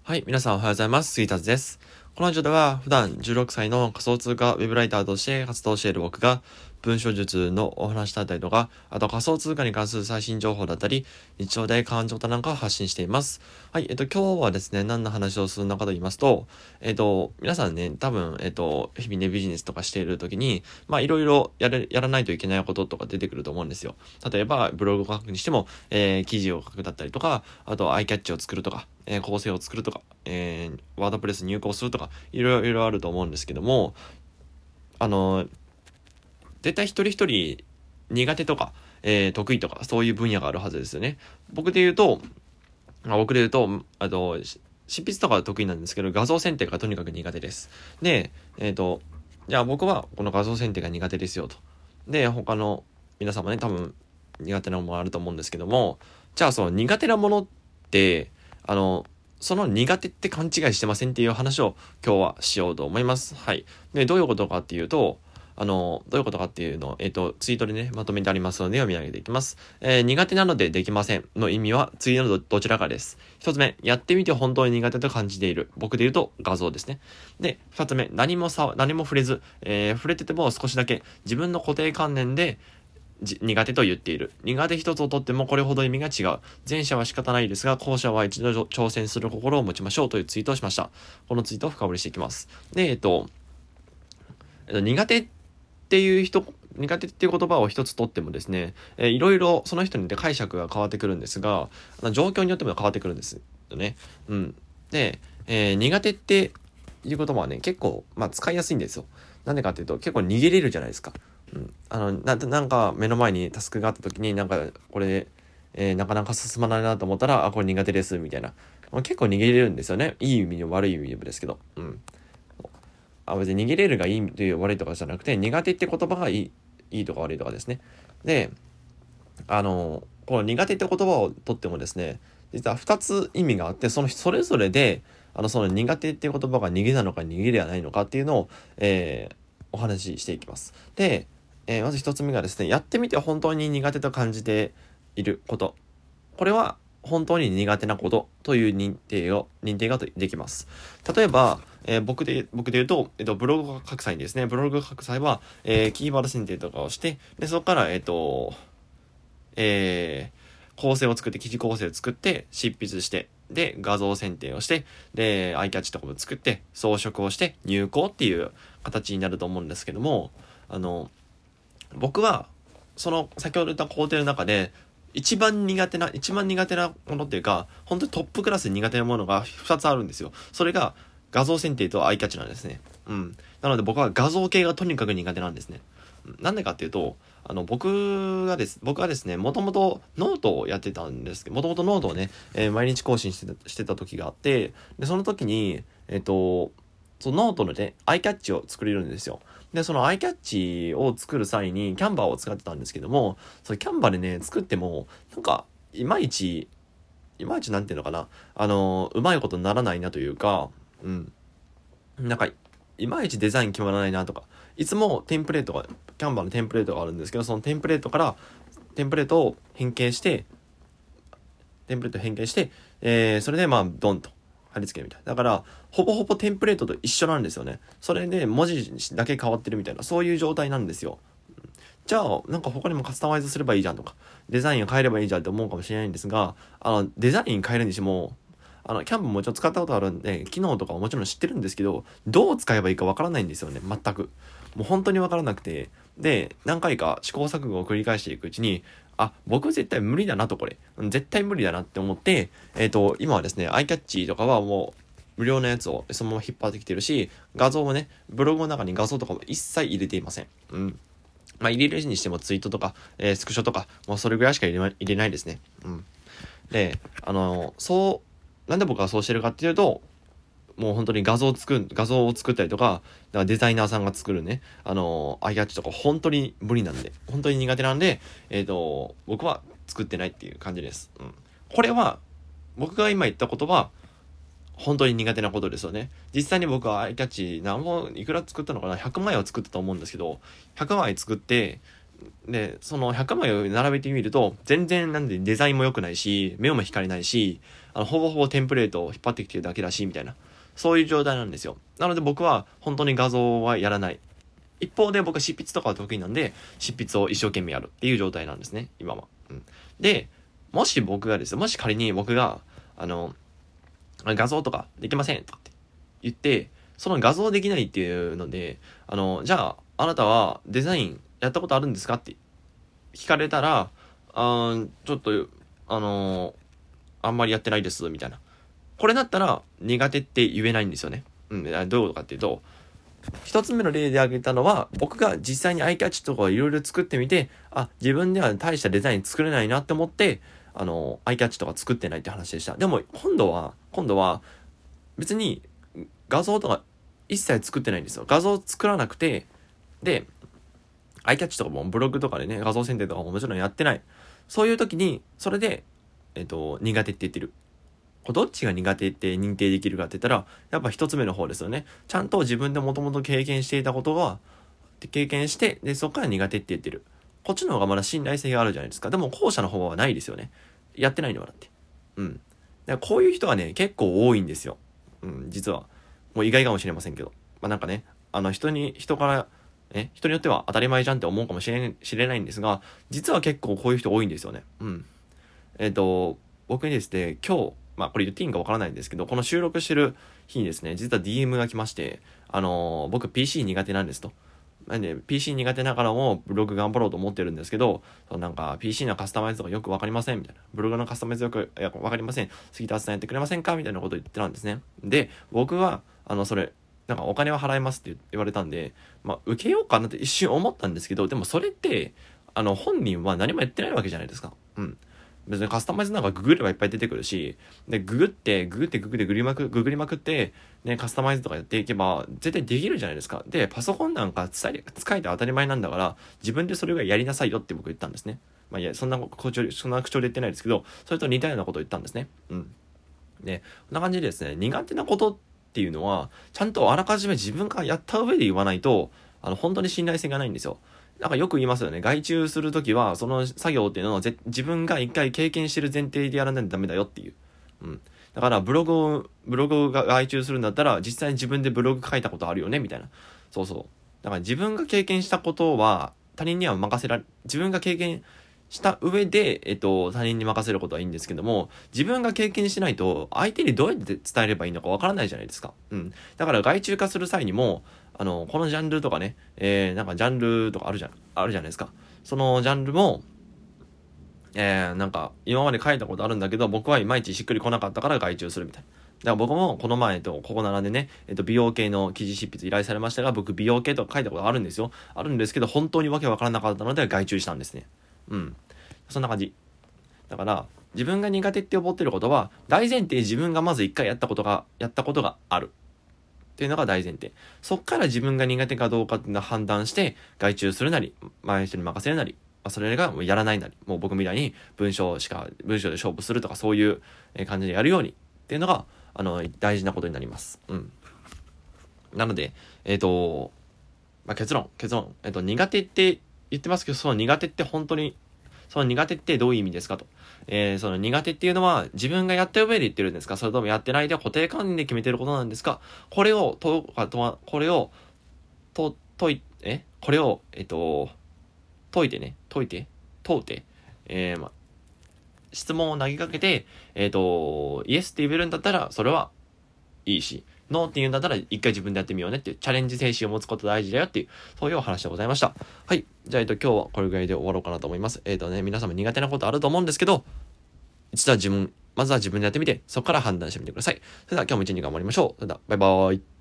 はい、皆さんおはようございます。杉田です。このラジオでは普段16歳の仮想通貨ウェブライターとして活動している僕が文章術のお話だったりとか、あと仮想通貨に関する最新情報だったり、日常で感情となんかを発信しています。はい、今日はですね、何の話をするのかと言いますと、皆さんね、多分、日々ね、ビジネスとかしている時に、いろいろやらないといけないこととか出てくると思うんですよ。例えば、ブログを書くにしても、記事を書くだったりとか、あと、アイキャッチを作るとか、構成を作るとか、ワードプレス入稿するとか、いろいろあると思うんですけども、絶対一人一人苦手とか、得意とか、そういう分野があるはずですよね。僕で言うと、執筆とかは得意なんですけど、画像選定がとにかく苦手です。で、じゃあ僕はこの画像選定が苦手ですよと。で、他の皆さんもね、多分苦手なものあると思うんですけども、じゃあその苦手なものって、その苦手って勘違いしてませんっていう話を今日はしようと思います。はい。で、どういうことかっていうと、どういうことかっていうのを、ツイートでね、まとめてありますので読み上げていきます。苦手なのでできませんの意味は、次のどちらかです。一つ目、やってみて本当に苦手と感じている。僕で言うと画像ですね。で、二つ目、何も触れず、触れてても少しだけ自分の固定観念で、苦手と言っている。苦手一つをとってもこれほど意味が違う。前者は仕方ないですが、後者は一度挑戦する心を持ちましょうというツイートをしました。このツイートを深掘りしていきます。で、苦手っていう言葉を一つとってもですね、いろいろその人によって解釈が変わってくるんですが、状況によっても変わってくるんですよね。うん。で、苦手っていう言葉はね、結構、使いやすいんですよ。なんでかっていうと、結構逃げれるじゃないですか。うん。なんか目の前にタスクがあった時に、なんかこれ、なかなか進まないなと思ったら、これ苦手です、みたいな。結構逃げれるんですよね。いい意味でも悪い意味でもですけど。うん。別に逃げれるがいいという悪いとかじゃなくて、苦手って言葉がいいとか悪いとかですね。で、この苦手って言葉をとってもですね、実は2つ意味があって、それぞれで、その苦手っていう言葉が逃げなのか逃げではないのかっていうのを、お話ししていきます。で、まず1つ目がですね、やってみて本当に苦手と感じていること。これは本当に苦手なことという認定ができます。例えば、僕で言うと、ブログを書く際にですね、ブログを書く際は、キーワード選定とかをして、で、そこから、構成を作って、記事構成を作って、執筆して、で、画像選定をして、で、アイキャッチとかも作って、装飾をして、入稿っていう形になると思うんですけども、僕は、先ほど言った工程の中で、一番苦手なものっていうか、本当にトップクラスで苦手なものが2つあるんですよ。それが、画像選定とアイキャッチなんですね。うん。なので僕は画像系がとにかく苦手なんですね。なんでかっていうと、僕はですね、もともとノートをやってたんですけど、もともとノートをね、毎日更新してた時があって、で、その時に、そのノートのね、アイキャッチを作れるんですよ。で、そのアイキャッチを作る際にキャンバーを使ってたんですけども、そのキャンバーでね、作っても、なんか、いまいちなんていうのかな、うまいことにならないなというか、うん。なんか、いまいちデザイン決まらないなとか、いつもキャンバーのテンプレートがあるんですけど、そのテンプレートを変形して、それでドンと貼り付けるみたいな。だから、ほぼほぼテンプレートと一緒なんですよね。それで文字だけ変わってるみたいな、そういう状態なんですよ。じゃあ、なんか他にもカスタマイズすればいいじゃんとか、デザインを変えればいいじゃんって思うかもしれないんですが、デザイン変えるにしても、キャンプもちろん使ったことあるんで、機能とかはもちろん知ってるんですけど、どう使えばいいかわからないんですよね、全く。もう本当にわからなくて。で、何回か試行錯誤を繰り返していくうちに、僕絶対無理だなと、これ。絶対無理だなって思って、今はですね、アイキャッチとかはもう、無料のやつをそのまま引っ張ってきてるし、画像もね、ブログの中に画像とかも一切入れていません。うん。入れるにしてもツイートとか、スクショとか、もうそれぐらいしか入れないですね。うん。で、なんで僕はそうしてるかっていうと、もう本当に画像を作ったりとか、だからデザイナーさんが作るね、アイキャッチとか本当に無理なんで、本当に苦手なんで、僕は作ってないっていう感じです。うん。これは、僕が今言ったことは、本当に苦手なことですよね。実際に僕はアイキャッチいくら作ったのかな ?100 枚を作ったと思うんですけど、100枚作って、で、その100枚を並べてみると、全然なんでデザインも良くないし、目も惹かれないし、 ほぼほぼテンプレートを引っ張ってきてるだけだし、みたいな。そういう状態なんですよ。なので僕は本当に画像はやらない。一方で僕は執筆とかは得意なんで、執筆を一生懸命やるっていう状態なんですね、今は。で、もし仮に僕が、画像とかできませんとかって言って、その画像できないっていうので、じゃあ、あなたはデザインやったことあるんですかって聞かれたら、ちょっと、あんまりやってないです、みたいな。これだったら苦手って言えないんですよね。どういうことかっていうと、一つ目の例で挙げたのは、僕が実際にアイキャッチとかいろいろ作ってみて、自分では大したデザイン作れないなって思って、アイキャッチとか作ってないって話でした。でも、今度は、別に画像とか一切作ってないんですよ。画像作らなくて、で、アイキャッチとかもブログとかでね、画像選定とかももちろんやってない。そういう時に、それで、苦手って言ってる。どっちが苦手って認定できるかって言ったら、やっぱ一つ目の方ですよね。ちゃんと自分でもともと経験していたことは、経験して、で、そこから苦手って言ってる。こっちの方がまだ信頼性があるじゃないですか。でも後者の方はないですよね。やってないのはだって。だからこういう人はね、結構多いんですよ。実は。もう意外かもしれませんけど。なんかね、人によっては当たり前じゃんって思うかもしれないんですが、実は結構こういう人多いんですよね。僕にですね、今日、これ言っていいんかわからないんですけど、この収録してる日にですね、実は DM が来まして、僕 PC 苦手なんですと。なんで PC 苦手ながらもブログ頑張ろうと思ってるんですけど、なんか PC のカスタマイズとかよくわかりませんみたいな。ブログのカスタマイズわかりません。杉田さんやってくれませんかみたいなことを言ってたんですね。で、僕は、それ、なんかお金は払いますって言われたんで、受けようかなって一瞬思ったんですけど、でもそれって、本人は何もやってないわけじゃないですか。別にカスタマイズなんかググればいっぱい出てくるし、で、ググりまくって、ね、カスタマイズとかやっていけば、絶対できるじゃないですか。で、パソコンなんか使えて当たり前なんだから、自分でそれがやりなさいよって僕言ったんですね。いや、そんな口調で言ってないですけど、それと似たようなことを言ったんですね。で、こんな感じでですね、苦手なことっていうのは、ちゃんとあらかじめ自分がやった上で言わないと、本当に信頼性がないんですよ。なんかよく言いますよね。外注するときは、その作業っていうのを自分が一回経験してる前提でやらないとダメだよっていう。だからブログが外注するんだったら、実際に自分でブログ書いたことあるよねみたいな。そうそう。だから自分が経験したことは、他人には自分が経験した上で、他人に任せることはいいんですけども、自分が経験しないと、相手にどうやって伝えればいいのかわからないじゃないですか。だから外注化する際にも、このジャンルとかね、なんかジャンルとかあるじゃないですか。そのジャンルも、なんか今まで書いたことあるんだけど、僕はいまいちしっくり来なかったから外注するみたいな。だから僕もこの前ここ並んでね、美容系の記事執筆依頼されましたが、僕美容系とか書いたことあるんですよ。あるんですけど、本当にわけわからなかったので外注したんですね。そんな感じ。だから、自分が苦手って思ってることは、大前提自分がまず一回やったことがある。っていうのが大前提。そっから自分が苦手かどうかっていうのを判断して、外注するなり、前の人に任せるなり、それがやらないなり、もう僕みたいに文章で勝負するとかそういう感じでやるようにっていうのが、大事なことになります。なので、結論。苦手って言ってますけど、その苦手ってどういう意味ですかと。その苦手っていうのは自分がやった上で言ってるんですか、それともやってないで固定観念で決めてることなんですか。これを解いて、質問を投げかけて、イエスって言えるんだったらそれはいいし、ノーって言うんだったら一回自分でやってみようねっていうチャレンジ精神を持つこと大事だよっていう、そういうお話でございました。はい。じゃあ、今日はこれぐらいで終わろうかなと思います。皆様苦手なことあると思うんですけど、まずは自分でやってみて、そこから判断してみてください。それでは今日も一日頑張りましょう。それでは、バイバーイ。